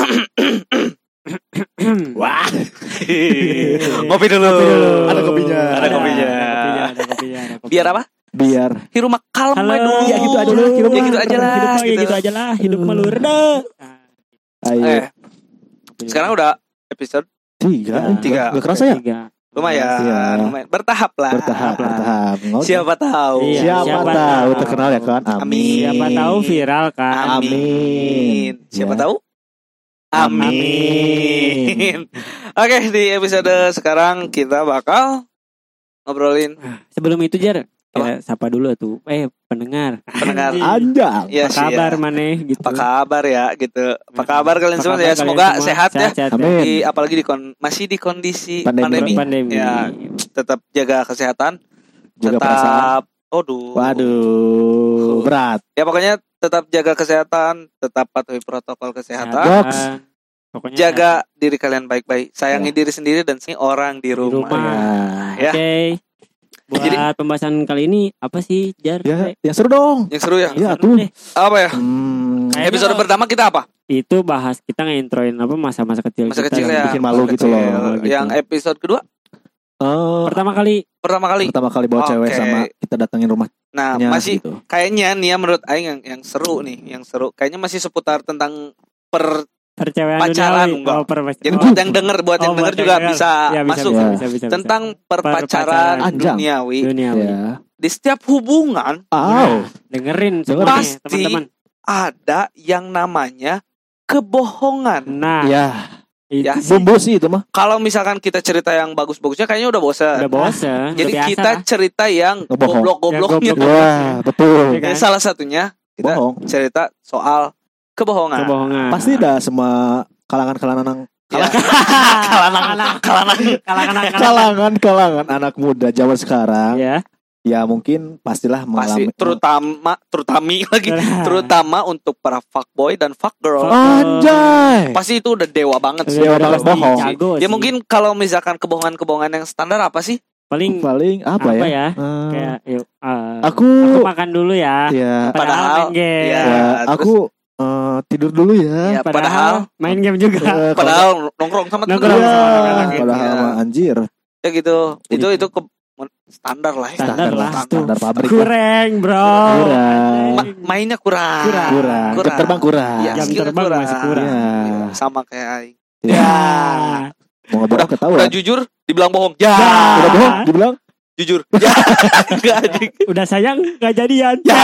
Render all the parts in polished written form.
Wah. Ngopi dulu. Ada kopinya. Ada kopinya. Biar apa? Biar Hirup mah kalem Halo. aja dulu. Ya gitu aja lah, hirup Ya mah. gitu aja lah. Hidup mah ya gitu aja lah. Hidup mah lur dah. ayo. Sekarang udah episode Tiga. Gak kerasa ya? lumayan, Iya. lumayan. Bertahap lah. Bertahap. Siapa tahu. Iya. Siapa Siapa tahu tahu. terkenal ya kan? Amin. Siapa tahu viral kan. Amin. Siapa Ya. tahu? Amin. Oke, di episode sekarang kita bakal ngobrolin Sebelum itu Jar, Apa? sapa dulu tuh. Pendengar. pendengar. Anjang. Ya, Apa kabar maneh gitu. Apa kabar ya gitu. Apa kabar kalian Apa semua kabar ya? kalian Semoga semua? sehat ya. Sehat. Amin. Apalagi masih di kondisi Pandemi. pandemi. Ya, tetap jaga kesehatan. Jaga perasaan. Tetap Waduh, berat. Ya pokoknya tetap jaga kesehatan, tetap patuhi protokol kesehatan. Box. Pokoknya Jaga diri kalian baik-baik. Sayangi Ya. diri sendiri dan orang di di rumah. rumah. Ya. Oke. Buat Jadi- pembahasan kali ini apa sih Jar? Ya, yang seru dong. Yang seru ya. Ya, Seru tuh. deh. Apa ya? Kayaknya Episode kalau- pertama kita apa? Itu bahas kita nge-introin apa masa-masa kecil Masa kita. kecil ya. bikin malu Masa gitu kecil. loh, gitu. Yang episode kedua Pertama kali pertama kali. bawa cewek Oke. sama kita datengin rumahnya Nah, masih gitu. kayaknya nih ya menurut aing yang seru nih, yang seru. Kayaknya masih seputar tentang percewaan Pacaran, duniawi. enggak. Jadi Jadi buat yang denger juga bisa masuk Ya. tentang perpacaran Perpacaran. Anjang. duniawi. duniawi. Ya. Di setiap hubungan Dengerin Denger. semuanya Pasti. teman-teman. ada yang namanya kebohongan. Nah, Ya, itu Ya. sih bumbu sih itu mah. Kalau misalkan kita cerita yang bagus-bagusnya kayaknya udah bosan. udah bosen. Jadi udah biasa kita lah. cerita yang Ngebohong. goblok-gobloknya. Yang Wah, betul. Iya kan? Salah satunya kita Bohong. cerita soal kebohongan. kebohongan. Pasti dah semua kalangan Ya. kalangan anak muda zaman sekarang. Ya. Ya mungkin pastilah Pasti mengalami terutama untuk para fuckboy dan fuckgirl. Anjay. Pasti itu udah dewa banget sih. Dewa banget Pasti bohong. jago Ya sih. mungkin kalau misalkan kebohongan-kebohongan yang standar apa sih? paling Paling apa ya? kayak yuk Aku aku makan dulu ya. ya, Padahal main game. ya, ya, terus- aku tidur dulu Ya, ya. padahal main game juga. padahal nongkrong sama temen. Nongkrong Ya, sama anak-anak gitu. padahal Ya. mah anjir. Ya gitu. Itu standar lah ya. Standar lah. Standar pabrik lah. Kurang, bro. Kurang. Mainnya kurang. Kurang. Jam terbang kurang. Ya, Jam skill terbang masih kurang. Ya. Iya, sama kayak Aing. Ya. Mau ngebohong ketahuan. Udah jujur dibilang bohong. Ya. Udah bohong dibilang Jujur. Ya. Enggak anjing. Udah sayang gak jadian. Ya.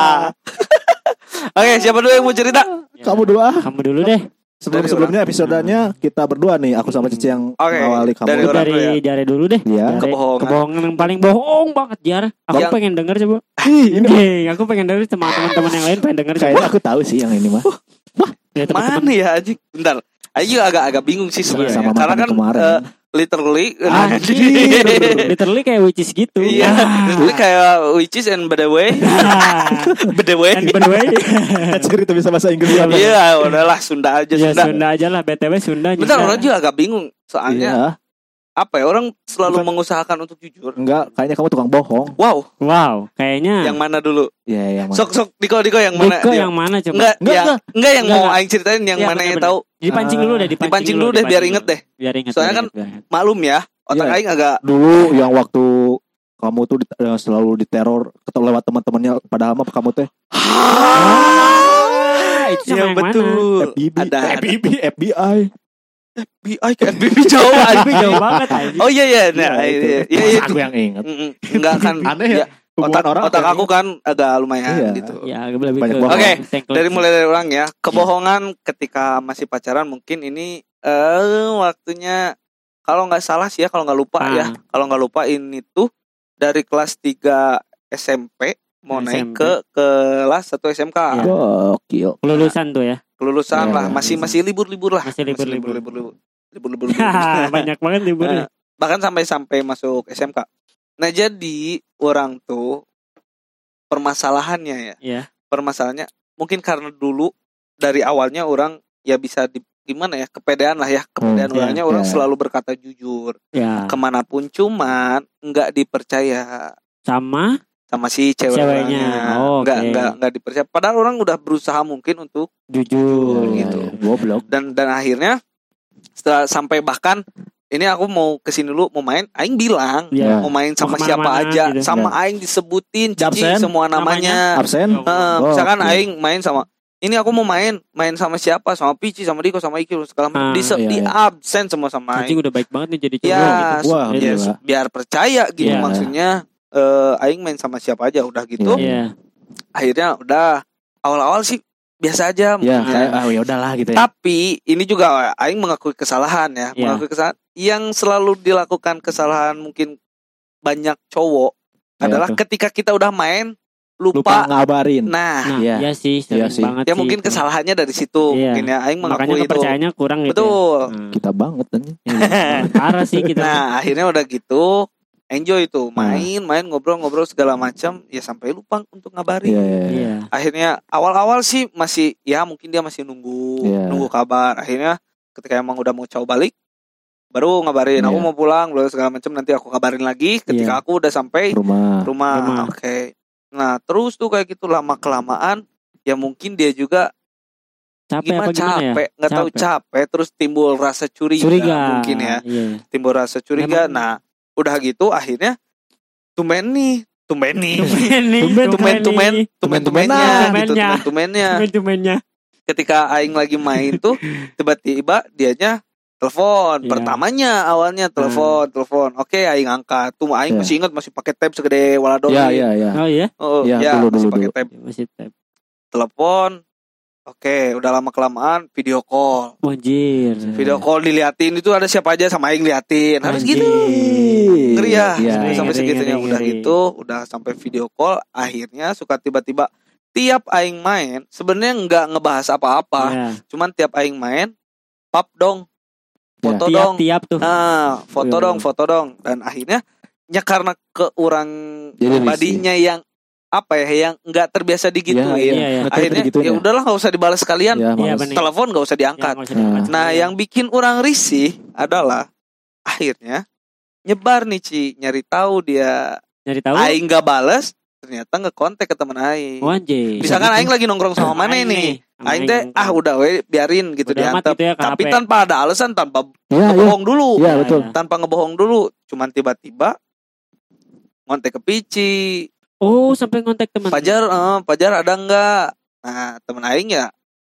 Oke, siapa dulu yang mau cerita? kamu dua. Kamu dulu deh. Sebelumnya episodenya kita berdua nih, aku sama Cici yang Oke, mengawali kamu. dari Itu orang dari dulu ya. Jare dulu deh. Iya. Jare. Kebohongan. Kebohongan yang paling bohong banget Jar. Aku Yang- pengen denger coba. Ih, ini Aku pengen denger sama teman-teman yang lain pengen denger coba. kayaknya aku tahu sih yang ini mah. Ya, teman-teman. Mana ya anjing? Bentar. Aing juga agak bingung sih sebenarnya. Sama Karena mantan kan kemarin. literally Anjir. Literally kayak witches gitu. Iya, literally kayak witches and by the way. By the way. And by the way. Cerita bisa bahasa Inggris ya. Iya, udahlah Sunda aja Ya Sunda. Sunda aja lah. BTW Sunda Bentar, juga. orang juga agak bingung. Soalnya Iya. apa ya? Orang selalu Bukan. mengusahakan untuk jujur. Enggak, kayaknya kamu tukang bohong. Wow, Wow, kayaknya yang mana dulu? Iya, yang mana? Sok Diko yang mana? Diko Dia? yang mana coba? Enggak, Enggak, yang Enggak, mau enggak. aing ceritain yang Iya, mana yang bener-bener. tahu. Dipancing dulu deh, Dipancing dulu deh biar inget deh. Biar inget. Soalnya kan Maklum ya, otak Iya. aing agak Dulu yang waktu kamu tuh selalu diteror lewat teman-temannya, padahal mah kamu teh itu sama Iya yang mana? betul. FBB, Ada FBI. FBI ke FBB jauh Tapi anjing. jauh banget anjing. Oh iya nah Iya, itu. iya Masa itu. aku yang ingat. Enggak kan Aneh ya. ya, Hubungan orang otak kayak aku kan agak lumayan Iya. gitu. Ya, agak lebih Banyak ke bohong. Oke, sengklek. Dari mulai dari orang ya, kebohongan ketika masih pacaran mungkin ini waktunya kalau nggak salah sih ya, kalau nggak lupa Ah. ya, kalau nggak lupa ini tuh dari kelas 3 SMP mau naik SMP. ke kelas 1 SMK. Iya. Gokil. Kelulusan tuh ya. Kelulusan Iya, lah, iya, masih libur-libur lah. Masih libur-libur. Libur-libur. Banyak banget liburnya. Bahkan sampai masuk SMK. Nah, jadi orang tuh permasalahannya ya. Iya. Permasalahannya mungkin karena dulu dari awalnya orang ya bisa gimana ya, kepedean lah ya, kepedean iya, orangnya orang iya. selalu berkata jujur Ya. kemanapun, cuman nggak dipercaya Sama sama si cewek Ceweknya. orangnya. Oh, oke. Enggak dipercaya. Padahal orang udah berusaha mungkin untuk Jujur. gitu. Goblok. dan akhirnya setelah sampai bahkan ini aku mau kesini dulu mau main, aing bilang Iya. mau main sama Mau siapa kemana-mana aja, gitu. sama aing disebutin cici Absen? semua namanya. Absen. Misalkan oke. aing main sama ini aku mau main sama siapa, sama Pici, sama Diko, sama Iki segala macam. Ah, iya, Di iya. absen semua sama Anjing aing. udah baik banget nih jadi cowok Ya, gitu. Wah, ya, gila. biar percaya gitu Iya. maksudnya. Aing main sama siapa aja udah gitu. Iya. Akhirnya udah awal-awal sih biasa aja. Ya, maksudnya. kayak ya udahlah gitu ya. Tapi ini juga aing mengakui kesalahan ya, Iya. mengakui kesalahan yang selalu dilakukan kesalahan mungkin banyak cowok Kayak adalah tuh. ketika kita udah main Lupa lupa. ngabarin. Nah, Nah, Iya. iya sih, sering Iya sih. banget ya sih mungkin itu. kesalahannya dari situ Iya. mungkin ya aing Makanya mengakui itu. kepercayaannya kurang gitu. Betul. Ya. Hmm. Kita banget anjing. Iya, parah sih kita. Nah, akhirnya udah gitu enjoy tuh, main ngobrol-ngobrol segala macam ya sampai lupa untuk ngabarin. Iya, iya, iya. Iya. Akhirnya awal-awal sih masih ya mungkin dia masih nunggu Iya. kabar. Akhirnya ketika emang udah mau coba balik baru ngabarin aku Iya. mau pulang segala macam, nanti aku kabarin lagi ketika Iya. aku udah sampai Rumah. rumah. Oke. Nah, terus tuh kayak gitu lama kelamaan ya mungkin dia juga Capek gimana apa gimana ya? capek, nggak tahu capek terus timbul rasa curiga, mungkin ya. Iya. Timbul rasa curiga. Memang- Nah, udah gitu akhirnya tumben Tumennya. tumennya Tumennya. tumennya ketika aing lagi main tuh tiba-tiba dianya telepon. Iya. Pertamanya awalnya telepon. Oke, aing angkat. Tuh aing Iya. masih ingat masih pakai tab segede walador. Iya, iya, iya. Oh iya, Oh, Iya, ya, dulu, masih dulu, pakai dulu. tab. masih tap. Telepon. Oke, udah lama kelamaan video call. Anjir. Video call diliatin itu ada siapa aja sama aing liatin. Harus Anjing. gitu. Ngeri ya. Iya. Sampai Ngeri, segitunya ngeri, udah ngeri. gitu, udah sampai video call. Akhirnya suka tiba-tiba tiap aing main sebenarnya nggak ngebahas apa-apa. Iya. Cuman tiap aing main pap dong. Foto Iya. dong. Tiap tuh. Nah, foto Iya. dong. Dan akhirnya ya karena ke orang Jadi pribadinya yang apa ya, yang nggak terbiasa digituin. Iya, iya. Nggak Akhirnya digituin ya udahlah nggak usah dibalas sekalian. Ya, Iya, males. bener. Telepon nggak usah diangkat. Yang nggak usah diangkat Nah, sekalian. yang bikin orang risih adalah akhirnya nyebar nih Ci, nyari tahu dia nyari tahu. aing nggak bales, ternyata ngekontak ke temen aing. Oh, anjir. Misalkan aing lagi nongkrong sama mana Aing nih? Sama Aing teh udah we biarin gitu Udah amat diantep. gitu ya, ke Tapi HP. tanpa ada alasan, tanpa Iya, iya. ngebohong dulu. Iya, betul. Tanpa ngebohong dulu, cuman tiba-tiba ngontek ke Pici. Oh, sampai kontak teman. Pajar ada enggak? Nah, temen aing ya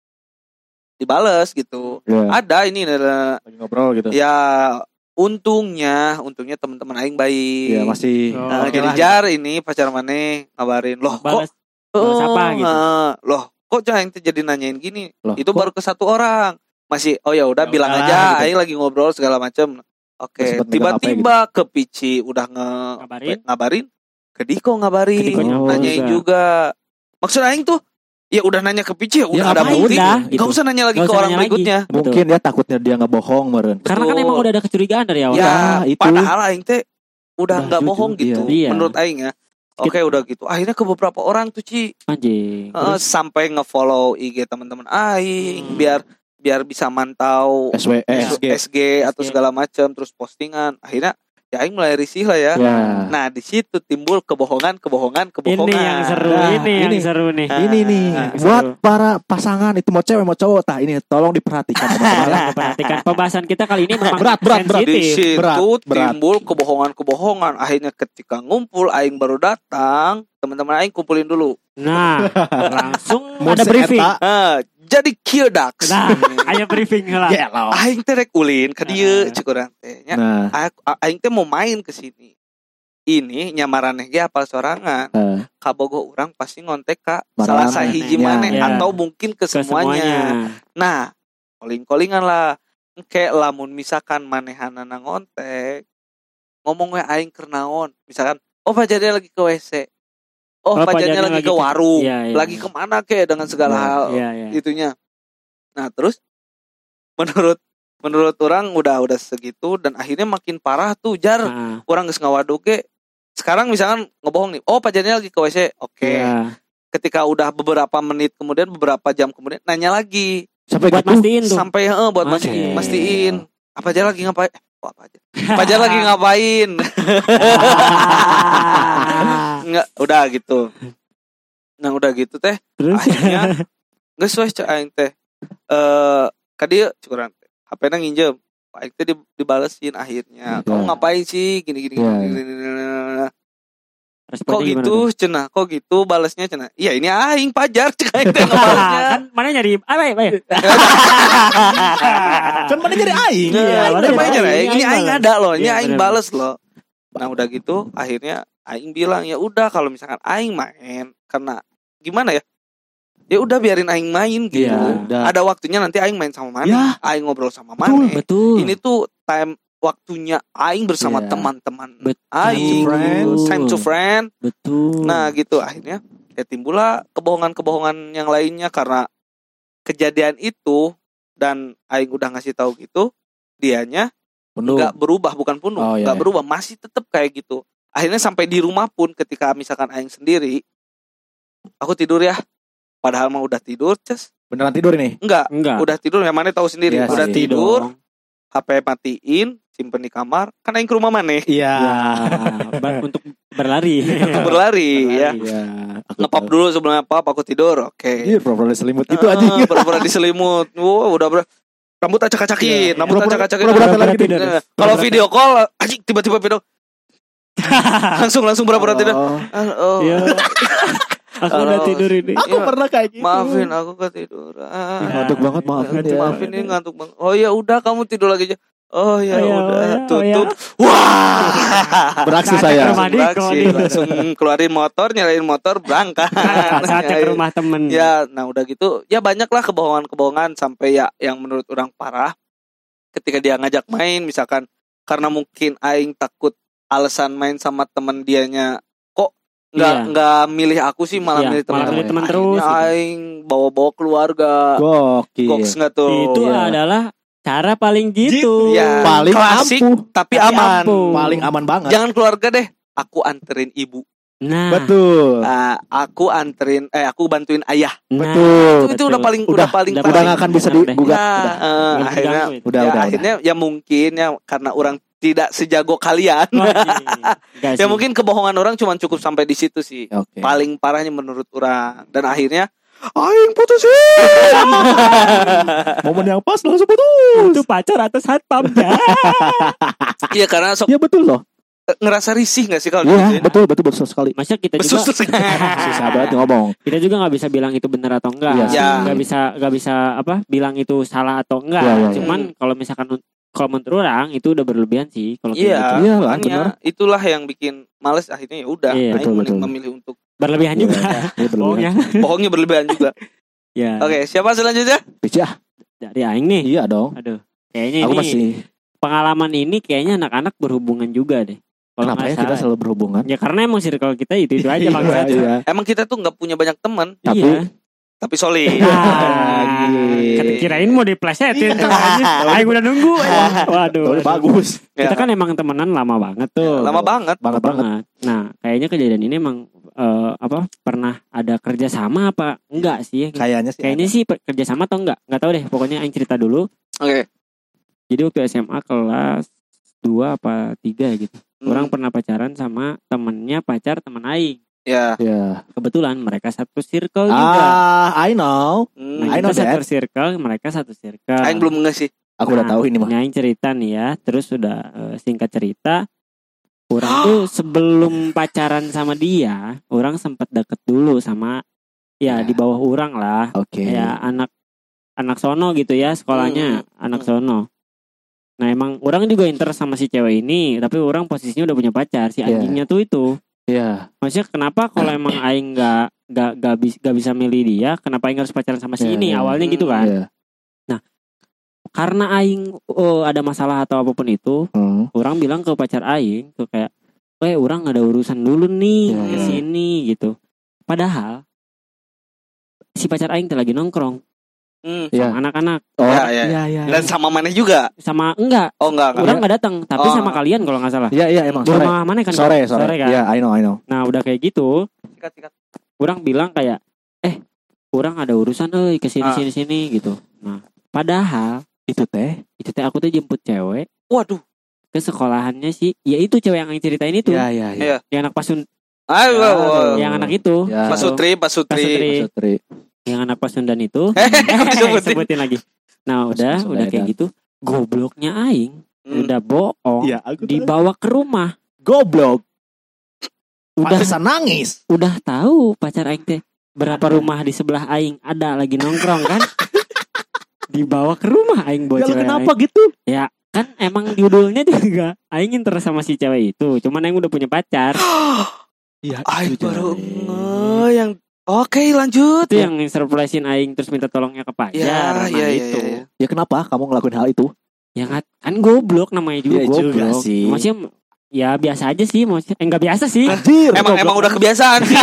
dibales gitu. Iya. Ada ini ada. Lagi ngobrol gitu. Ya untungnya teman-teman aing baik. Iya, masih Oh, Nah, oke jadi lah. jar ini pacar maneh ngabarin loh Balas. kok balas apa gitu? loh kok jangan jadi nanyain gini. Loh, Itu kok? baru ke satu orang. Masih oh ya udah Ya bilang udahlah, aja gitu. aing lagi ngobrol segala macam. Oke, Sempet megang tiba-tiba ke Pici udah ngabarin ke Diko ngabarin, Ke Diko nanyain juga. Maksud aing tuh ya udah nanya ke Pici ya udah Ya, ada ngapain bukti. udah, Enggak gitu. usah nanya lagi Nggak ke usah orang nanya lagi. berikutnya. Betul. mungkin ya takutnya dia ngebohong meren. Karena kan Betul. emang udah ada kecurigaan dari awal. Ya, Ya, itu. padahal aing teh udah Udah nggak jujur, bohong gitu iya. menurut aing ya. Oke, udah gitu. Akhirnya ke beberapa orang tuh Ci, Anjing. sampai nge-follow IG teman-teman aing biar bisa mantau SG atau SG. segala macam, terus postingan. Akhirnya ya aing mulai risih lah ya. Ya. Nah, di situ timbul kebohongan. Ini yang seru, Nah, ini yang ini. seru nih. Ini nih Nah, buat seru. para pasangan itu mau cewek mau cowok tah ini tolong diperhatikan teman-teman. Tolong perhatikan pembahasan kita kali ini memang Berat. Di sensitif. situ Berat. timbul kebohongan. Akhirnya ketika ngumpul aing baru datang, teman-teman aing kumpulin dulu. Nah, langsung Mau ada briefing. seeta. Jadi kieu dax. Nah, aya briefing lah. Ya lah. Aing teh rek ulin ka dieu Nah. cik urang teh nya. Nah, Aing teh mau main ke sini. Ini nyamaraneh ge apal sorangan. Kabogoh urang pasti ngontek ka salah Maraneh. sahiji Ya. maneh Ya. atau mungkin ke Ke semuanya. Nah, calling-callingan lah. Kayak lamun misalkan manehanana ngontek, ngomong we aing keur naon. Misalkan, oh pajarnya lagi ke WC. Oh, pajarnya lagi ke warung. Iya, iya. Lagi kemana ke dengan segala Ya. hal Iya, iya. itunya. Nah, terus menurut orang udah segitu dan akhirnya makin parah tuh jar. Nah, Orang geus ngawaduk ge. Sekarang misalkan ngebohong nih. Oh, pajarnya lagi ke WC. Oke. iya. Ketika udah beberapa menit kemudian, beberapa jam kemudian nanya lagi. sampai Buat gitu. mastiin tuh. Sampai buat Oke. mastiin. Apa aja lagi ngapain? apa aja. Fajar lagi ngapain? Enggak, udah gitu. Nah, udah gitu teh. Terus Akhirnya geus we cek aing teh. Ka dieu cukuran teh. HP-na nginjem. Aing teh dibalesin akhirnya. Kamu Ya. ngapain sih? Gini. Ya. Kok responnya gimana gitu tuh? cenah? Kok gitu balesnya cenah? Iya ini aing Fajar cek aing teh ngebalesnya. Kan mana nyari apa ya? Kan mana jadi aing. Iya, Nah, mana namanya jadi aing. Ini aing balas. ada loh, ini Iya, aing bener. bales loh. Nah udah gitu akhirnya aing bilang ya udah kalau misalkan aing main karena gimana ya? Ya udah biarin aing main gitu. Iya, udah. Ada waktunya nanti aing main sama Mane, Ya. aing ngobrol sama Mane. Betul. Ini tuh time waktunya aing bersama Iya. teman-teman Betul. aing. Time to friend. Betul. Nah gitu akhirnya ya timbullah kebohongan-kebohongan yang lainnya karena kejadian itu dan aing udah ngasih tahu gitu, dianya Penuh. nggak berubah, bukan penuh, Oh, iya, nggak iya. berubah, masih tetap kayak gitu. Akhirnya sampai di rumah pun ketika misalkan aing sendiri, aku tidur ya, padahal mah udah tidur, ces, Beneran tidur ini? enggak, Enggak. udah tidur, yang mana tahu sendiri, Iya udah sih. tidur, dong. HP matiin, simpen di kamar, kan aing ke rumah Mane, Iya. Ya, untuk berlari. untuk berlari ya, Iya. Aku ngepop tahu. dulu sebelum apa aku tidur, oke. Iya, pura-pura selimut itu aja. Pura-pura diselimut, udah rambut acak-acakin, rambut Pura-pura- acak-acakin. pura-pura Pura-pura tidur. tidur. Nah, kalau video call, anjing tiba-tiba video langsung pura-pura tidur. Oh. Oh, Iya. Aku udah Halo. tidur ini. Aku Iya. pernah kayak gitu. Maafin aku ketiduran. Ngantuk banget, maafin ya. Maafin ini ngantuk banget. Oh ya udah kamu tidur lagi aja. Oh ya Oh ya, udah oh ya, tutup. oh Wah. Beraksi Saatnya saya. ke rumah Diko Beraksi, nih. langsung keluarin motor, nyalain motor, berangkat. Saatnya ke rumah temen. Ya, nah udah gitu. Ya banyaklah kebohongan-kebohongan sampai ya yang menurut orang parah. Ketika dia ngajak main misalkan karena mungkin aing takut alasan main sama temen dianya kok Iya. nggak milih aku sih malah Iya, milih teman malah milih teman Akhirnya terus, gitu. aing bawa-bawa keluarga. Gokil. Goks nggak tuh? Itu Iya. adalah cara paling gitu. Ya, Paling klasik ampuh. tapi Tapi aman. ampuh. Paling aman banget. Jangan keluarga deh. Aku anterin ibu. Nah, Betul. Aku bantuin ayah. Betul. Itu udah paling Udah paling udah Udah paling. nggak akan bisa Bener deh. digugat. Ya, Udah. Nggak akhirnya diganggu itu. Udah, ya, udah. akhirnya ya mungkin ya karena orang tidak sejago kalian. Enggak Ya sih. mungkin kebohongan orang cuma cukup sampai di situ sih. Oke. Paling parahnya menurut orang. Dan akhirnya aing putusin. Momen yang pas langsung itu putus. pacar atau satpam ya. Iya karena sok Iya betul loh. ngerasa risih gak sih kalau Iya, gitu? betul sekali. Masa kita Besus. juga Susah banget ngomong. kita juga nggak bisa bilang itu benar atau enggak. Iya sih. Nggak bisa apa bilang itu salah atau enggak. Iya, iya, iya. Cuman kalau misalkan kalau menurut orang itu udah berlebihan sih kalau kayak Iya, gitu. Iya lah, makanya itulah yang bikin males akhirnya ya udah. Iya, Aing betul, mending betul. memilih untuk Berlebihan juga. Iya, Bohongnya. bohongnya berlebihan juga. Ya. Oke, siapa selanjutnya? Iya, Dari aing nih. iya dong. Aduh. Kayaknya Aku ini masih. pengalaman ini kayaknya anak-anak berhubungan juga deh. Kalau Kenapa nggak ya kita salah. selalu berhubungan? Ya karena emang circle kita itu aja bang. Iya, iya. Emang kita tuh nggak punya banyak teman, Tapi- Iya. tapi solid. Ah, kirain mau diplesetin tuh aja. Aing udah nunggu. Waduh. Tapi bagus. Kita Ya, kan emang temenan lama banget tuh. lama banget. Banget banget. Nah, kayaknya kejadian ini emang pernah ada kerjasama apa enggak sih? Kayaknya sih. Kayaknya sih kerjasama atau enggak? Enggak tahu deh. Pokoknya Aing cerita dulu. Oke. Jadi waktu SMA kelas 2 apa 3 gitu. Orang pernah pacaran sama temennya pacar teman Aing. Ya. Ya. Kebetulan mereka satu circle juga. I know. Hmm. Nah, I know kita satu that. circle, mereka satu circle. Aing belum nge sih. Aku udah tahu ini mah. Nah, Aing cerita nih ya. Terus sudah singkat cerita, orang tuh sebelum pacaran sama dia, orang sempat deket dulu sama ya Ya. di bawah orang lah. Oke. Ya anak sono gitu ya sekolahnya, anak sono. Nah emang orang juga interest sama si cewek ini, tapi orang posisinya udah punya pacar si Iya. anjingnya tuh itu. Iya. Maksudnya kenapa kalau emang Aing gak bisa milih dia, kenapa Aing harus pacaran sama si Iya, ini? iya. Awalnya gitu kan. Iya. Karena Aing ada masalah atau apapun itu, Hmm. orang bilang ke pacar Aing tuh kayak, orang ada urusan dulu nih Iya, ke iya. sini gitu. Padahal si pacar Aing tuh lagi nongkrong Hmm. Iya. sama anak-anak, Oh. Ya, ya. Iya, iya. Dan sama mana juga? sama enggak, Oh enggak. orang nggak datang, tapi Oh. sama kalian kalau nggak salah. Iya, iya emang Di sore. rumah mana kan? Sore kan? Iya, I know. Nah udah kayak gitu, Sikat. orang bilang kayak, orang ada urusan ke sini Ah. sini gitu. Nah padahal Itu teh. itu teh aku tuh jemput cewek Waduh. ke sekolahannya sih. Ya itu cewek yang Aing ceritain itu. Iya. Iya. Yang anak pasun, Ayo, yang anak itu. Ya. Pak Sutri. Pasutri. Sutri. Yang anak pasundan itu. Disebutin. Sebutin lagi. Nah, udah kayak gitu. Gobloknya Aing udah bohong. Iya, aku Dibawa ke rumah. goblok. Udah Pantesan nangis. udah tahu pacar Aing teh berapa rumah di sebelah Aing ada lagi nongkrong kan. Dibawa ke rumah Aing bawa Ya, cewek kenapa Aing. gitu? Ya kan emang judulnya juga Aing inter sama si cewek itu. Cuman Aing udah punya pacar. Iya, Aing itu, baru Jare. yang oke lanjut. Itu yang surprisein Aing terus minta tolongnya ke pacar. Nah itu. Ya kenapa kamu ngelakuin hal itu? Ya kan goblok namanya juga Iya goblok. juga sih. Maksudnya ya biasa aja sih, maksudnya enggak biasa sih. Anjir. Emang udah kebiasaan sih.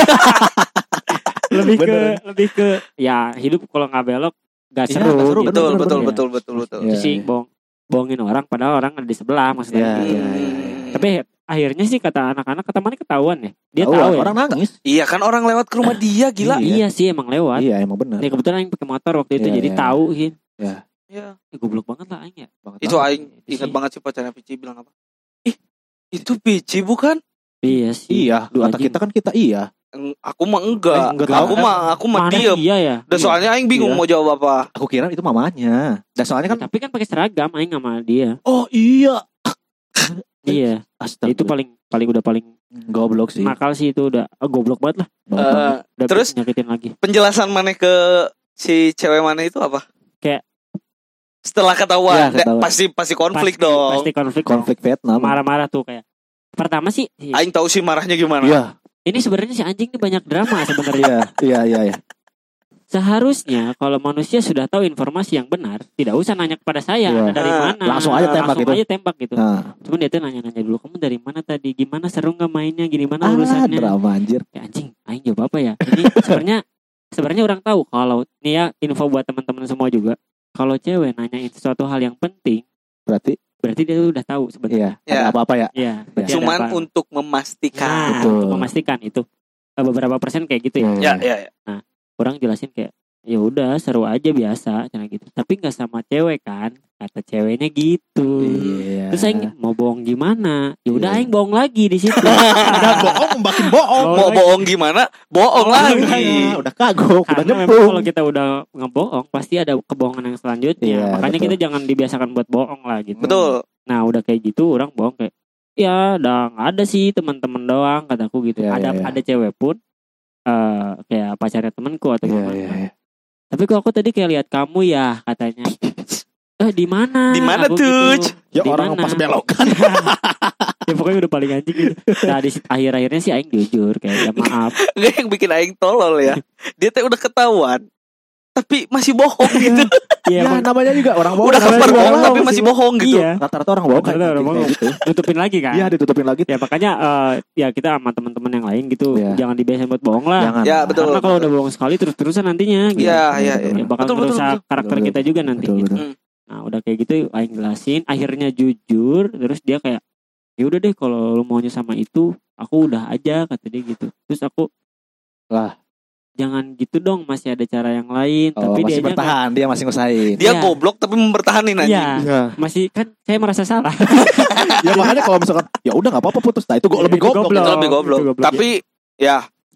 lebih ke ya hidup kalau nggak belok nggak Iya, seru. nggak seru, gitu. betul. Itu sih bohongin orang padahal orang ada di sebelah maksudnya. Iya. Tapi akhirnya sih kata anak-anak ketemannya ketahuan ya. Dia Tahu, tahu ya. orang nangis. Iya kan orang lewat ke rumah dia gila. Iya sih emang lewat. Iya, emang benar. Nih kebetulan Aing pakai motor waktu itu Iya, jadi iya. tahu kan. Iya. Goblok banget lah Aing ya. Itu Aing Itu ingat sih. banget sih pacarnya Pici bilang apa? Itu Pici bukan? Iya sih. Iya, kata kita kan kita iya. Aku mah enggak. Enggak tahu. Aku mah Mana diem. iya ya. Dan soalnya Aing bingung Iya. mau jawab apa. Aku kira itu mamanya. Dan soalnya kan Tapi kan pakai seragam Aing sama dia. oh iya. Iya. Astaga. Itu paling goblok sih. nakal sih itu udah goblok banget lah. Udah Terus? nyakitin lagi. Penjelasan mana ke si cewek mana itu apa? Kayak- setelah ketahuan, Iya, ketahuan. pasti konflik dong. Pasti konflik. Konflik Vietnam. Marah-marah tuh kayak. Pertama sih Aing tahu sih marahnya gimana. Iya, ini sebenarnya si anjing ini banyak drama sebenarnya. iya. Seharusnya kalau manusia sudah tahu informasi yang benar, tidak usah nanya kepada saya Iya. Anda dari mana. Langsung aja tembak Langsung gitu. aja tembak gitu. Nah, Cuman dia tuh nanya-nanya dulu, kamu dari mana tadi? Gimana seru nggak mainnya? Gimana urusannya? drama anjir. Ya anjing, aing jawab apa ya? Ini sebenarnya orang tahu kalau nih ya info buat teman-teman semua juga. Kalau cewek nanyain sesuatu hal yang penting, Berarti dia udah tahu sebenarnya. iya, Iya. ada apa-apa ya? Iya. berarti ada Cuman apa. untuk memastikan. Nah, untuk memastikan itu beberapa persen kayak gitu ya. Ya. Orang jelasin kayak ya udah seru aja biasa cara gitu. Tapi nggak sama cewek kan? Kata ceweknya gitu. Iya. Terus aing mau bohong gimana? Ya udah Iya. aing bohong lagi di situ. Udah bohong, makin bohong. Mau bohong gimana? Bohong lagi. Udah kagok, udah Karena memang nyepung. kalau kita udah ngebohong pasti ada kebohongan yang selanjutnya. Iya, Makanya betul. kita jangan dibiasakan buat bohong lah gitu. Betul. Nah udah kayak gitu orang bohong kayak ya udah nggak ada sih teman-teman doang kataku gitu. Iya, ada iya. ada cewek pun kayak pacarnya temanku atau Iya, gimana. iya. Tapi kok aku tadi kayak lihat kamu ya katanya. Di mana? Di mana Aku tuh? gitu. Ya Di orang mana? pas belokan. Ya pokoknya udah paling anjing gitu. Nah di akhir-akhirnya sih aing jujur kayak ya maaf. Enggak yang bikin Aing tolol ya. Dia tuh udah ketahuan. Tapi masih bohong gitu. Iya Ya emang namanya juga orang bohong. Udah Namanya kabar juga bohong orang tapi masih bohong gitu. Iya. Rata-rata orang bohong kan. Rata-rata orang Kayak bohong. gitu. Tutupin lagi kan. Iya, ditutupin lagi. Ya makanya ya kita sama teman-teman yang lain gitu Iya. jangan dibiasain buat bohong lah. Jangan. Ya, betul. Karena kalau udah bohong sekali terus-terusan nantinya gitu. Iya. Ya bakal Betul, betul, merusak betul. karakter Betul, kita juga nanti Betul, gitu. betul. Nah udah kayak gitu aing jelasin akhirnya jujur terus dia kayak ya udah deh kalau lu maunya sama itu aku udah aja kata dia gitu. Terus aku Lah. jangan gitu dong masih ada cara yang lain. Oh, Tapi masih dianya bertahan, dia masih ngusahain. Dia Iya. goblok tapi mempertahanin kan, aja. iya Iya. masih kan saya merasa salah. Ya makanya kalau misalkan ya udah enggak apa-apa putus. Nah, itu lebih Itu goblok. goblok. Itu lebih goblok. Itu goblok, Tapi ya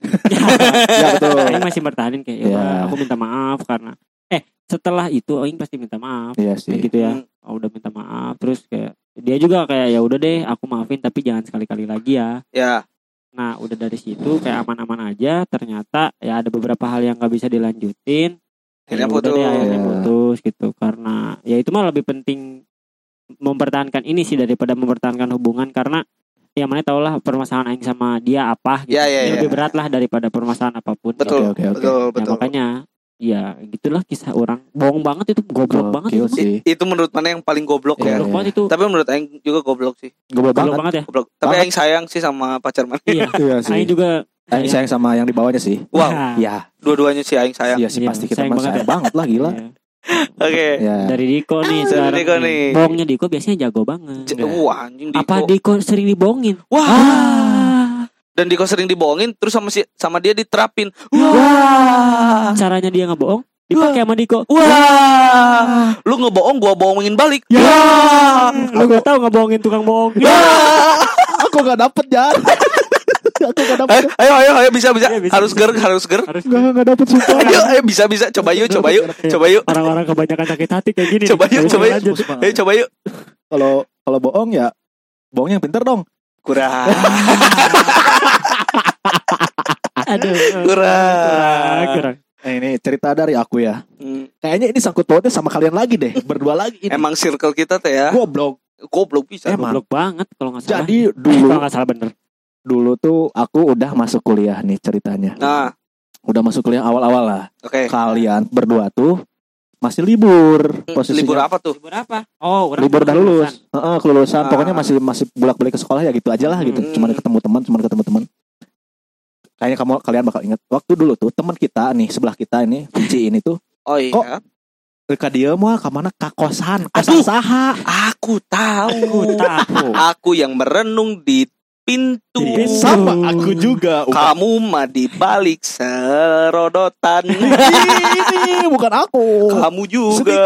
Ya betul. Aing masih bertahanin kayak ya Iya. udah, aku minta maaf karena setelah itu Aing pasti minta maaf Iya kayak sih. gitu ya. Udah minta maaf terus kayak dia juga kayak ya udah deh aku maafin tapi jangan sekali-kali lagi ya. ya Nah udah dari situ kayak aman-aman aja. Ternyata ya ada beberapa hal yang gak bisa dilanjutin. Akhirnya Ya udah deh, putus. akhirnya putus gitu. Karena ya itu mah lebih penting mempertahankan ini sih daripada mempertahankan hubungan. Karena ya mana tau lah permasalahan Aing sama dia apa gitu. Ya, ya, Ini ya. lebih berat lah daripada permasalahan apapun. betul. Oke. Betul, Ya, betul. makanya ya gitulah kisah orang. Bohong banget itu. Goblok banget Gokil itu. sih. Itu menurut mana yang paling goblok Iya, ya? Goblok banget itu. Tapi menurut Aing juga goblok sih. Goblok Goblok banget. banget ya. Goblok. Tapi Banget. Aing sayang sih sama pacar mana. Iya. Iya sih. Aing juga Aing sayang sama yang di bawahnya sih. Wow. Nah, Ya, Dua-duanya sih Aing sayang. iya sih Iya, pasti kita sayang mah banget sayang ya. banget lah gila. iya. Oke. Ya. Dari Diko nih Dari sekarang Diko nih. nih. Bohongnya Diko biasanya jago banget. Wah anjing Diko. Apa Diko sering dibohongin? Wah. Dan Diko sering dibohongin terus sama dia diterapin. Wah. Caranya dia ngebohong Dipakai sama Diko. Wah, lu ngebohong, gua bohongin balik. Ya, lu gak tahu ngebohongin tukang bohong. Aku gak dapet Jar. Aku gak dapet. Ayo, bisa. Iya, bisa, Harus ger. Gak dapet sumpah. Ayo, bisa. Coba yuk. Orang-orang kebanyakan sakit hati kayak gini. Coba yuk. Ayo, coba yuk. Kalau bohong ya bohong yang pintar dong. Kurang. Aduh. Kurang. Nah, ini cerita dari aku ya. Kayaknya ini sangkut pautnya sama kalian lagi deh. Berdua lagi ini. Emang circle kita teh ya. Goblok bisa. Emang. Goblok banget kalau nggak salah. Jadi kalau nggak salah bener. Dulu tuh aku udah masuk kuliah nih ceritanya. Nah, udah masuk kuliah awal-awal lah. oke. Kalian berdua tuh masih libur. Posisinya Libur apa tuh? Libur apa? Oh, orang libur udah lulus. Kelulusan. Ah. Pokoknya masih bolak-balik ke sekolah ya gitu aja lah gitu. Cuman ketemu teman. Kayaknya kalian bakal ingat waktu dulu tuh teman kita nih sebelah kita ini Vici ini tuh Oh iya. Kok? ke dia mau ke mana ke kosan Aduh. saha. Aku tahu. Aku yang merenung di pintu. Sama aku juga. Kamu mah di balik serodotan. Ini bukan aku. Kamu juga.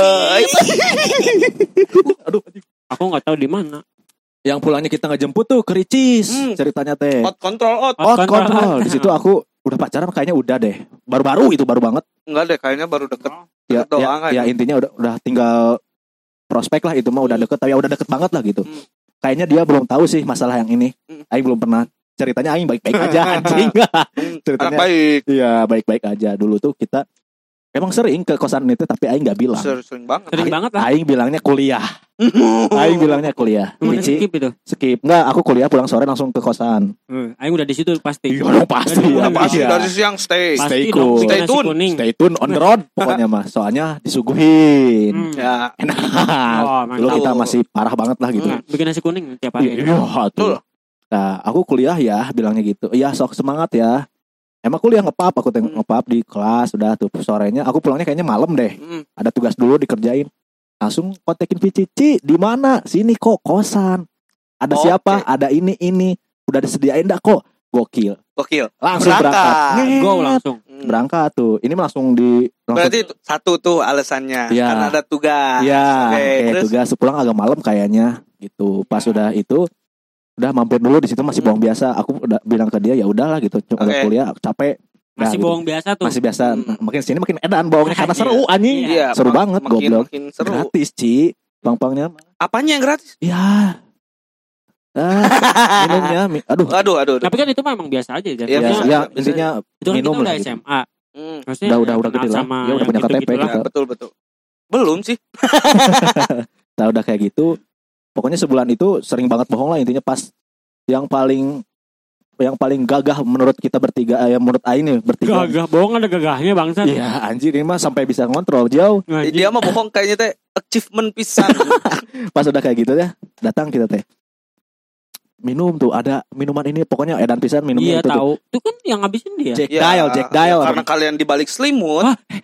Aduh. Aku nggak tahu di mana. Yang pulangnya kita ngejemput tuh ke Ricis ceritanya teh. Out control. Kontrol. Di situ aku udah pacaran kayaknya udah deh. Baru-baru itu baru banget. Enggak deh, kayaknya baru deket. Ya, Deket doang kan. ya intinya udah tinggal prospek lah itu mah udah deket tapi udah deket banget lah gitu. Kayaknya dia belum tahu sih masalah yang ini. Aing belum pernah ceritanya Aing baik-baik aja anjing. Ceritanya baik. iya baik-baik aja. Dulu tuh kita emang sering ke kosan itu tapi Aing nggak bilang. Sering banget. Sering banget lah. Aing bilangnya kuliah. Aing bilangnya kuliah. Lu udah Vici, skip itu. skip. Enggak, aku kuliah pulang sore langsung ke kosan. Aing udah di situ pasti. Iya dong pasti. Udah Ya, Pasti iya. dari siang stay. Stay Pasti dong, cool. bikin Stay nasi tune. kuning. Stay tune on the road pokoknya mah. Soalnya disuguhin. Ya. Enak. Oh, Dulu mantap. kita masih parah banget lah gitu. Bikin nasi kuning tiap hari. Iya tuh. Nah, aku kuliah ya bilangnya gitu. Iya sok semangat ya. Emang kuliah ngepap, aku ngepap di kelas udah tuh sorenya. Aku pulangnya kayaknya malam deh. Ada tugas dulu dikerjain. Langsung kontekin Vici, di mana? Sini kok kosan. Ada Oke. siapa? Ada ini. Udah disediain dah kok. Gokil. Langsung berangkat. Go langsung. Berangkat tuh. Ini mah langsung Berarti satu tuh alasannya. Iya. Karena ada tugas. ya, Oke, kayak terus tugas pulang agak malam kayaknya gitu. Pas udah itu udah mampir dulu di situ masih bohong biasa. Aku udah bilang ke dia ya udahlah gitu. Udah Oke. kuliah capek. Masih Nah, bohong biasa tuh. Masih biasa. Makin sini makin edan bohongnya karena seru anjing. Iya, Seru banget goblok. Makin seru. Gratis, Ci. Pang-pangnya. Apanya yang gratis? Ya. Minumnya Aduh. Tapi kan itu mah emang biasa aja. Iya, ya, biasa. ya intinya Itu kan minum kita udah lah gitu. SMA. Maksudnya Udah kenal gede lah. sama Ya, udah yang punya KTP gitu-gitu lah. gitu. Betul. Belum sih. Nah, udah kayak gitu. Pokoknya sebulan itu sering banget bohong lah intinya pas yang paling gagah menurut kita bertiga menurut Aing nih bertiga. Gagah bohong ada gagahnya bangsa. Iya anjir ini mah sampai bisa ngontrol jauh. Dia mah bohong kayaknya teh achievement pisan. Pas udah kayak gitu ya datang kita teh minum tuh ada minuman ini pokoknya edan pisan minumnya Iya itu tuh. tahu. Itu kan yang ngabisin dia. Jack Ya, Dial karena kalian di balik selimut.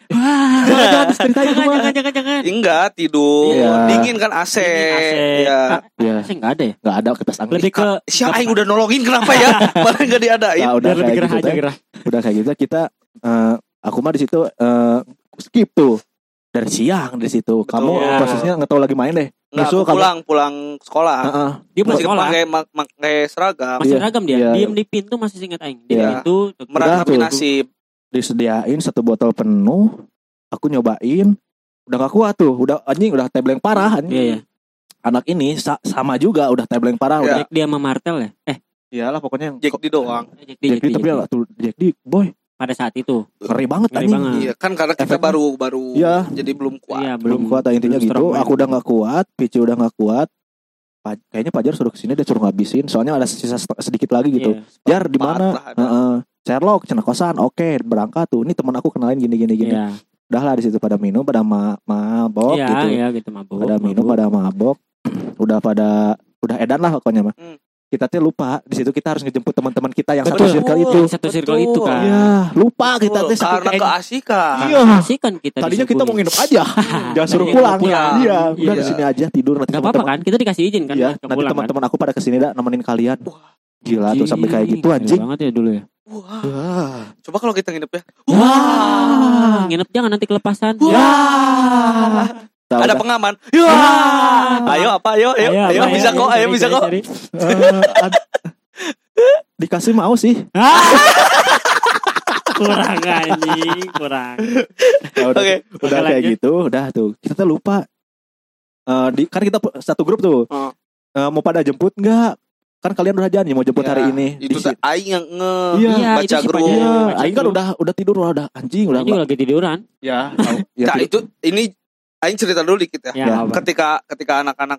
Jangan. Enggak tidur. Iya. Dingin kan AC. Ya. ya Saya nggak ada ya. nggak ada kipas angin. Lebih ke Siapa yang udah nolongin kenapa ya? Malah enggak diadain. Nah, udah biar lebih kayak gerah gitu aja teh. gerah. Udah kayak gitu kita aku mah di situ skip tuh dari siang di situ. Kamu Betul. prosesnya nggak tahu lagi main deh. Enggak, Nyusul aku kamu. pulang sekolah. Heeh. Dia pulang Masih sekolah. pakai seragam. Masih Iya, seragam dia. iya. Diem di pintu masih ingat aing. Di Iya. pintu. Meratapi tuh. nasib. Disediain 1 botol penuh. Aku nyobain. Udah gak kuat tuh. Udah anjing udah tebleng parah anjing. Iya. Anak ini sama juga udah tebleng parah Iya. udah. Jack dia sama Martel ya. Iyalah pokoknya yang Jack di doang. Jack Jack D tapi Jack D. tuh Jack D boy Pada saat itu. ngeri banget Ngeri anjing. banget. Iya, kan karena kita Efeknya. baru Iya. jadi belum kuat. Iya, Belum kuat intinya belum gitu. strong Aku udah gak kuat, Pici udah gak kuat. Kayaknya Pajar suruh kesini dia suruh ngabisin. Soalnya ada sisa sedikit lagi gitu. Iya. Jar di Empat mana? lah ada. Sherlock cina kosan. Oke, berangkat tuh. Ini teman aku kenalin gini. Iya. Udah lah di situ pada minum, pada mabok Iya, gitu. iya gitu mabuk. Pada minum, pada mabok. udah edan lah pokoknya mah. Kita tuh lupa di situ kita harus ngejemput teman-teman kita yang satu Betul. circle itu. Yang satu circle itu kan. Iya, lupa kita tuh saking Karena kayak- keasikan. Iya. Sih kan kita Tadinya kita disuguhin. mau nginep aja. Jangan suruh Tadinya pulang. mau pulang. Iya, udah Iya. di sini aja tidur nanti Gak apa-apa kan, kita dikasih izin kan. Iya, buat nanti pulang, teman-teman aku pada kesini dah nemenin kalian. Gila tuh sampai kayak gitu anjing. Gila banget ya dulu ya. Wah. Wah. Coba kalau kita nginep ya. Wah, nginep jangan nanti kelepasan. Wah. Tahu Ada dah. pengaman. Ayo apa ayo bisa kok, ayo bisa kok. Dikasih mau sih. Kurang anjing, kurang. Ya udah, Oke. udah Oke, kayak lanjut. gitu, udah tuh. Kita tuh lupa. Kan kita satu grup tuh. Oh. Mau pada jemput nggak? Kan kalian udah janji mau jemput Ya, hari ini. Itu Di- aing yang Iya, baca itu si grup. Panji. Iya, Baca Aing kan grup. udah tidur udah anjing udah. Ini juga lagi tiduran. Ya, ya, Nah, itu ini aing cerita dulu dikit ya. Ya, Ya, apa? Ketika anak-anak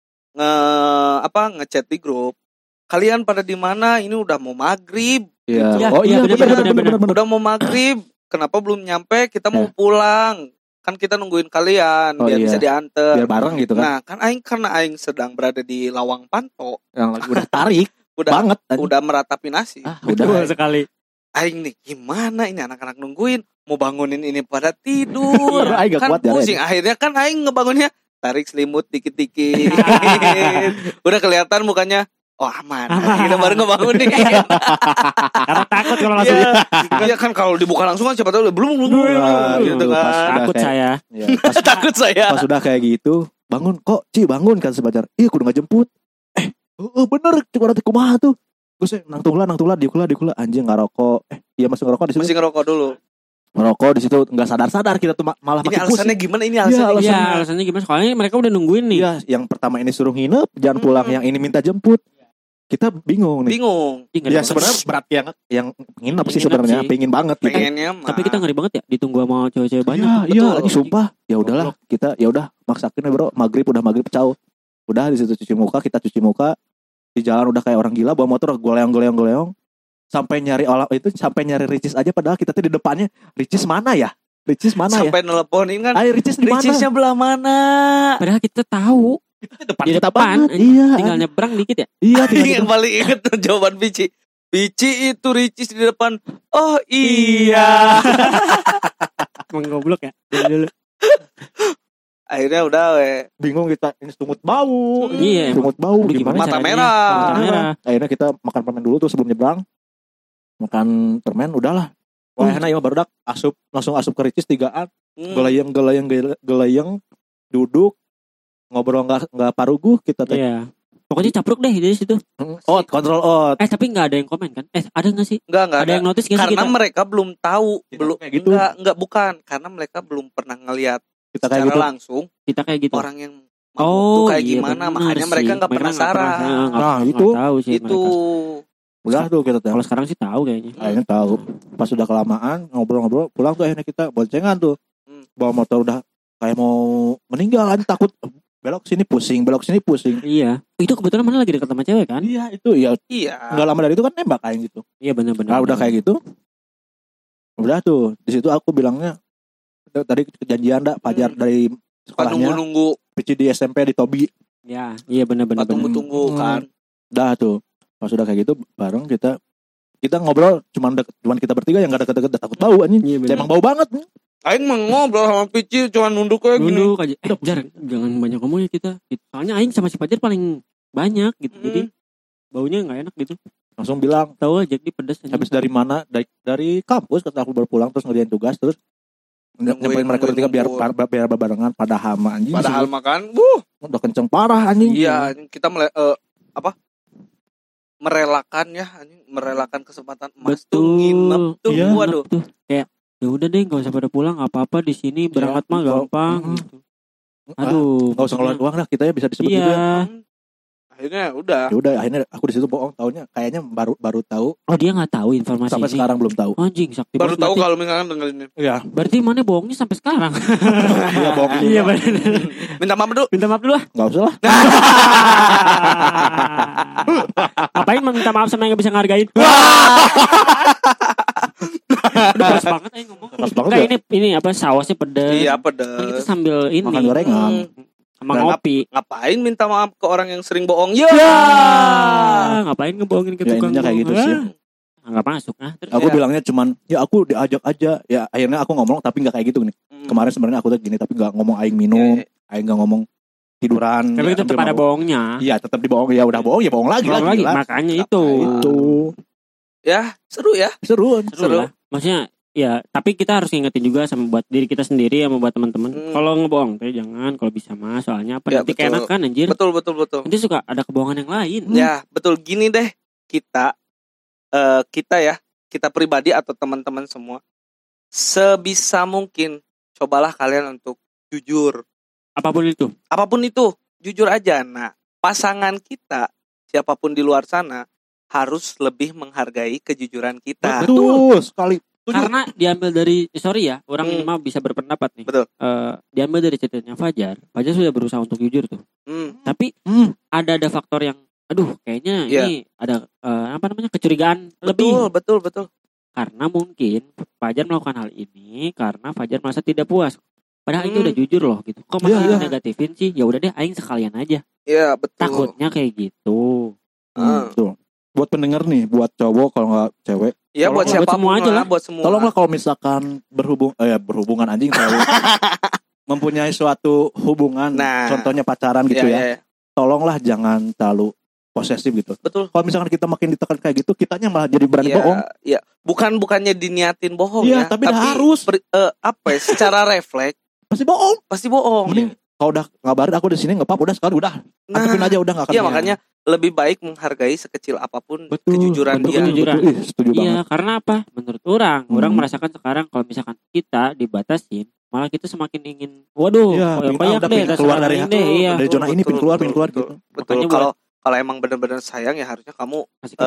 ngechat di grup, kalian pada di mana? Ini udah mau maghrib. iya. Ya, Oh iya, bener, benar. Udah mau maghrib. Kenapa belum nyampe? Kita mau pulang. Kan kita nungguin kalian Oh, biar iya. bisa diantar. Biar bareng gitu kan. Nah, kan aing karena aing sedang berada di Lawang Panto, Yang lagi udah tarik udah banget. anjing. udah meratapi nasi. Udah. Betul sekali. Aing nih gimana ini anak-anak nungguin mau bangunin ini pada tidur. Aing gak Kan kuat ya. pusing. Akhirnya kan aing ngebangunnya tarik selimut dikit-dikit. Udah kelihatan mukanya. Oh aman. Kita baru ngebangunin. Karena takut kalau langsung. Iya. Iya kan kalau dibuka langsung kan siapa tahu belum Wah, gitu itu pas kan. udah Takut kayak- saya. Iya, pas, Takut saya. pas udah kayak gitu, bangun kok, Ci bangun kan sebentar. Iya, kudu nggak jemput. Bener, cuma nanti kumaha tuh. Gue nang tungla, dikula anjing ngerokok. Iya masih ngerokok di situ. Masih ngerokok dulu. Ngerokok di situ nggak sadar kita tuh malah Ini makin alasannya pusing. gimana? Ini Iya, alasannya. Iya, alasannya gimana? Soalnya mereka udah nungguin nih. Iya, yang pertama ini suruh nginep, jangan pulang, yang ini minta jemput. Kita bingung nih. Bingung. Ih, ngeri Ya banget. sebenarnya berat yang nginep sih Nginep sebenarnya, sih. pengen banget gitu. Pengennya mah. Tapi kita ngeri banget ya ditunggu sama cewek-cewek banyak. Iya, betul. iya, ini sumpah. Ya udahlah, kita ya udah maksakin ya bro, maghrib pecah. Udah di situ cuci muka, kita cuci muka. Di jalan udah kayak orang gila bawa motor goleong. Sampai nyari Ricis aja padahal kita tuh di depannya. Ricis mana ya? Sampai nelponin kan. Ayo Ricis di mana? Ricisnya belah mana? Padahal kita tahu di Kita depan, banget. Iya. tinggal nyebrang dikit ya. Iya, tinggal Yang paling inget jawaban Pici. Pici itu Ricis di depan. Oh iya. Menggoblok ya. Dulu. Akhirnya udah bingung kita ini sungut bau. Iya, Sungut bau Aduh, gimana? Mata caranya? merah. Mata merah. Akhirnya kita makan permen dulu tuh sebelum nyebrang. Makan permen udahlah. Wah, enak ya baru langsung asup ke Ricis 3-an. Gelayang duduk ngobrol nggak paruguh kita teh. Iya. Pokoknya capruk deh di situ. Kontrol out. Tapi nggak ada yang komen kan? Ada nggak sih? Enggak Ada yang notice nggak sih karena kita? mereka belum tahu, Kita belum kayak gitu. enggak bukan karena mereka belum pernah ngelihat Kita kayak secara gitu. langsung Kita kayak gitu. orang yang mau tuh kayak iya, gimana, bener makanya sih. mereka enggak penasaran. Nah, itu. Tahu sih Itu mereka. Udah tuh kita teh. Kalau sekarang sih tahu kayaknya. Akhirnya tahu. Pas udah kelamaan ngobrol-ngobrol, pulang tuh akhirnya kita boncengan tuh. Bawa motor udah kayak mau meninggal aja takut belok sini pusing. Iya. Itu kebetulan mana lagi dekat sama cewek kan? Iya, itu ya iya. enggak lama dari itu kan nembak kayak gitu. Iya benar-benar. Nah, udah kayak gitu. Udah tuh, di situ aku bilangnya tadi kejadian Fajar dari Pas sekolahnya nunggu PC di SMP di Tobi. Ya, iya benar-benar. tunggu kan. Udah tuh. Pas udah kayak gitu bareng kita ngobrol cuman kita bertiga yang enggak deket-deket takut bau anjing. Iya Ya, benar. emang bau banget. Aing mau ngobrol sama Pici cuma nunduk kayak gini. Nunduk aja. Jar, jangan banyak ngomong ya kita. Soalnya Aing sama si Fajar paling banyak gitu. Jadi baunya nggak enak gitu. Langsung bilang, Tahu aja di pedas aja. habis dari mana? Dari kampus kata aku baru pulang terus ngerjain tugas terus nyamperin mereka bertiga biar barengan pada hama anjing. Padahal makan, udah kenceng parah anjing. iya kita merelakan kesempatan emas tuh Betul. nginep tuh. Iya, Waduh. Tuh kayak ya udah deh nggak usah pada pulang nggak apa-apa di sini berangkat mah gampang gitu. Aduh. Nggak usah ngeluarin uang dah kita ya bisa disebut Iya. gitu ya. Akhirnya udah. Ya udah akhirnya aku di situ bohong taunya kayaknya baru tahu Oh dia nggak tahu informasi sampai ini. sekarang belum tahu. Anjing sakti Baru banget tahu berarti. kalau misalkan dengerin ini. Iya. Berarti mana bohongnya sampai sekarang. Iya bohong. Iya benar. Minta maaf dulu. Minta maaf dulu ah. Enggak usah lah. Ngapain minta maaf sama yang nggak bisa ngargain? Udah keras banget aja ngomong. Keras banget Nah, ya. ini apa sausnya pedes. Iya Kan kita pedes. sambil ini Makan gorengan. sama Dan ngopi. Ngapain minta maaf ke orang yang sering bohong? Ya. Ngapain ngebohongin ke Ya, tukang intinya kayak gitu sih. Nggak masuk nah. Terus Aku Iya. bilangnya cuman ya aku diajak aja. Ya akhirnya aku ngomong tapi nggak kayak gitu nih. Kemarin sebenarnya aku tuh gini tapi nggak ngomong aing minum, aing nggak ngomong tiduran. Tapi ya, tetap ambil ada mabuk. bohongnya. Iya, tetap dibohong. Ya udah bohong ya bohong lagi Bohong lah. lagi, gila. makanya Apa itu. Ya, seru ya. Seru. Seru. lah. Maksudnya ya, tapi kita harus ngingetin juga sama buat diri kita sendiri sama buat teman-teman. Kalau ngebohong teh jangan, kalau bisa mah, soalnya apa Ya, nanti betul. keenakan anjir. Betul. Nanti suka ada kebohongan yang lain. Ya, betul. Gini deh, kita ya, kita pribadi atau teman-teman semua, sebisa mungkin cobalah kalian untuk jujur. Apapun itu. Jujur aja. Nah, pasangan kita, siapapun di luar sana, harus lebih menghargai kejujuran kita. Betul sekali. Karena diambil dari, sorry ya, orang ini mah bisa berpendapat nih. Betul. Diambil dari ceritanya Fajar sudah berusaha untuk jujur tuh. Tapi ada faktor yang, aduh, kayaknya ini ada kecurigaan lebih. Betul. Karena mungkin Fajar melakukan hal ini karena Fajar merasa tidak puas. Padahal itu udah jujur loh gitu. Kok malah negatifin sih? Ya udah deh, aing sekalian aja. Iya, betul. Takutnya kayak gitu. Betul. Buat pendengar nih, buat cowok kalau nggak cewek. Ya buat Tolonglah, siapa buat semua aja lah. buat semua. Tolonglah kalau misalkan berhubungan anjing terlalu mempunyai suatu hubungan, contohnya pacaran gitu ya. Tolonglah jangan terlalu posesif gitu. Betul. Kalau misalkan kita makin ditekan kayak gitu, kitanya malah jadi berani bohong. Iya, bukannya diniatin bohong Iya, ya, tapi harus. Secara refleks Pasti bohong. Mending kalau udah ngabarin aku di sini nge-pub udah sekali udah. Antepin aja udah enggak akan. Iya, makanya lebih baik menghargai sekecil apapun kejujuran dia. Setuju Iya, banget. karena apa? Menurut orang merasakan sekarang kalau misalkan kita dibatasin, malah kita semakin ingin, waduh, banyak deh, keluar dari dari zona ini, pin keluar gitu. Betul. Kalau emang benar-benar sayang ya harusnya kamu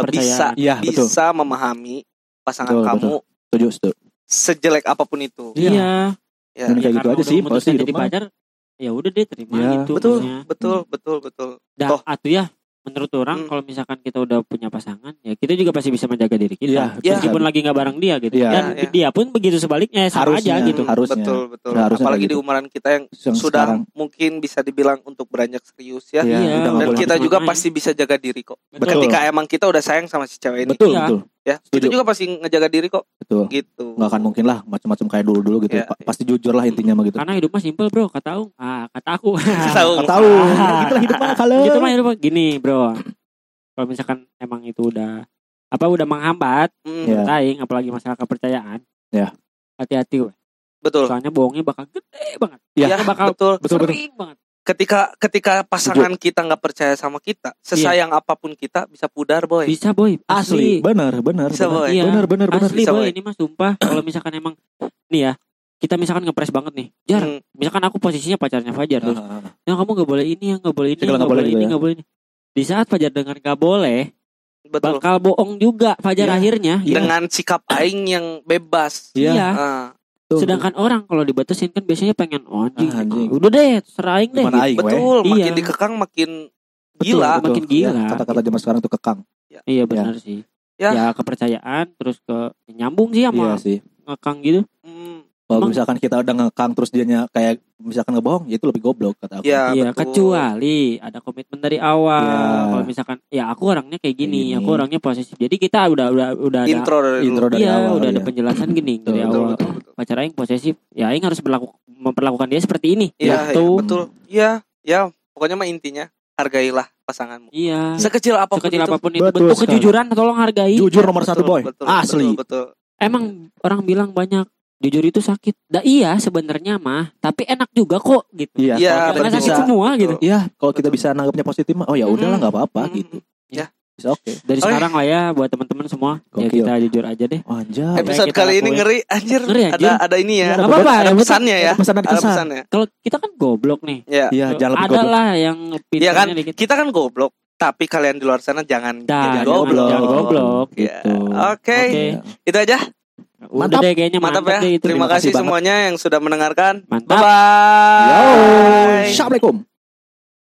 bisa memahami pasangan kamu. Setuju. Sejelek apapun itu. Iya. Dan kayak gitu aja sih, pasti jadi pacar. Ya udah deh, terima gitu. Betul. Dah, atuh ya. Menurut orang kalau misalkan kita udah punya pasangan, ya kita juga pasti bisa menjaga diri kita. Meskipun lagi nggak bareng dia gitu. Dan dia pun begitu sebaliknya sama aja gitu. Harusnya. Betul. Apalagi di umuran kita yang sudah mungkin bisa dibilang untuk beranjak serius ya. Dan kita juga pasti bisa jaga diri kok. Ketika emang kita udah sayang sama si cewek ini. Betul. Ya, kita juga pasti ngejaga diri kok. Betul. Gitu. Nggak akan mungkin lah macam-macam kayak dulu gitu. Pasti jujur lah intinya mah gitu. Karena hidup mah simpel bro, kata aku. Tahu. Gitulah hidup mah kalau. Gitu mah hidup gini bro. Kalau misalkan emang itu udah menghambat saing, apalagi masalah kepercayaan. Ya. Hati-hati. Betul. Soalnya bohongnya bakal gede banget. Iya, bakal sering banget. Ketika pasangan kita nggak percaya sama kita, sesayang apapun kita bisa pudar boy. Bisa boy, asli. Benar. Bisa boy. Benar. Asli boy, ini mah sumpah. Kalau misalkan emang nih ya, kita misalkan ngepres banget nih, Jar. Misalkan aku posisinya pacarnya Fajar terus, ya kamu nggak boleh ini, nggak boleh ini. Di saat Fajar dengan nggak boleh, bakal bohong juga Fajar akhirnya. Dengan sikap aing yang bebas. Iya. Sedangkan orang kalau dibatasin kan biasanya pengen anjing. Udah deh, seraing deh. Betul, makin dikekang makin gila. Makin gila. Kata-kata zaman sekarang tuh kekang. Iya benar sih. Ya kepercayaan terus ke nyambung sih sama ngekang gitu. Kalau misalkan kita udah ngekang terus dianya kayak misalkan ngebohong, ya itu lebih goblok kata aku. Iya, kecuali ada komitmen dari awal. Kalau misalkan ya aku orangnya kayak gini, aku orangnya posesif. Jadi kita udah ada intro dari awal. Udah ada penjelasan gini dari awal. Pacar aing posesif, ya aing harus memperlakukan dia seperti ini. Iya, betul. Iya, pokoknya mah intinya hargailah pasanganmu. Iya. Sekecil apapun itu. Bentuk kejujuran tolong hargai. Jujur nomor satu boy. Asli. Betul. Emang orang bilang banyak jujur itu sakit. Iya sebenarnya mah, tapi enak juga kok gitu. Iya. Karena sakit semua gitu. Iya, kalau kita bisa nanggapnya positif mah, oh ya udahlah nggak apa-apa gitu. Ya. Bisa oke. Dari sekarang lah ya buat teman-teman semua, ya kita jujur aja deh. Anjay. Episode kali ini ngeri anjir. Ada ini ya. Apa-apa ada pesannya ya. Ada pesannya. Kalau kita kan goblok nih. Iya, jangan lebih goblok. Ada lah yang Iya kan, kita kan goblok. Tapi kalian di luar sana jangan jadi goblok. Jangan goblok gitu. Oke. Itu aja. Udah deh kayaknya mantap ya. Deh, Terima kasih semuanya yang sudah mendengarkan. Mantap. Bye. Assalamualaikum.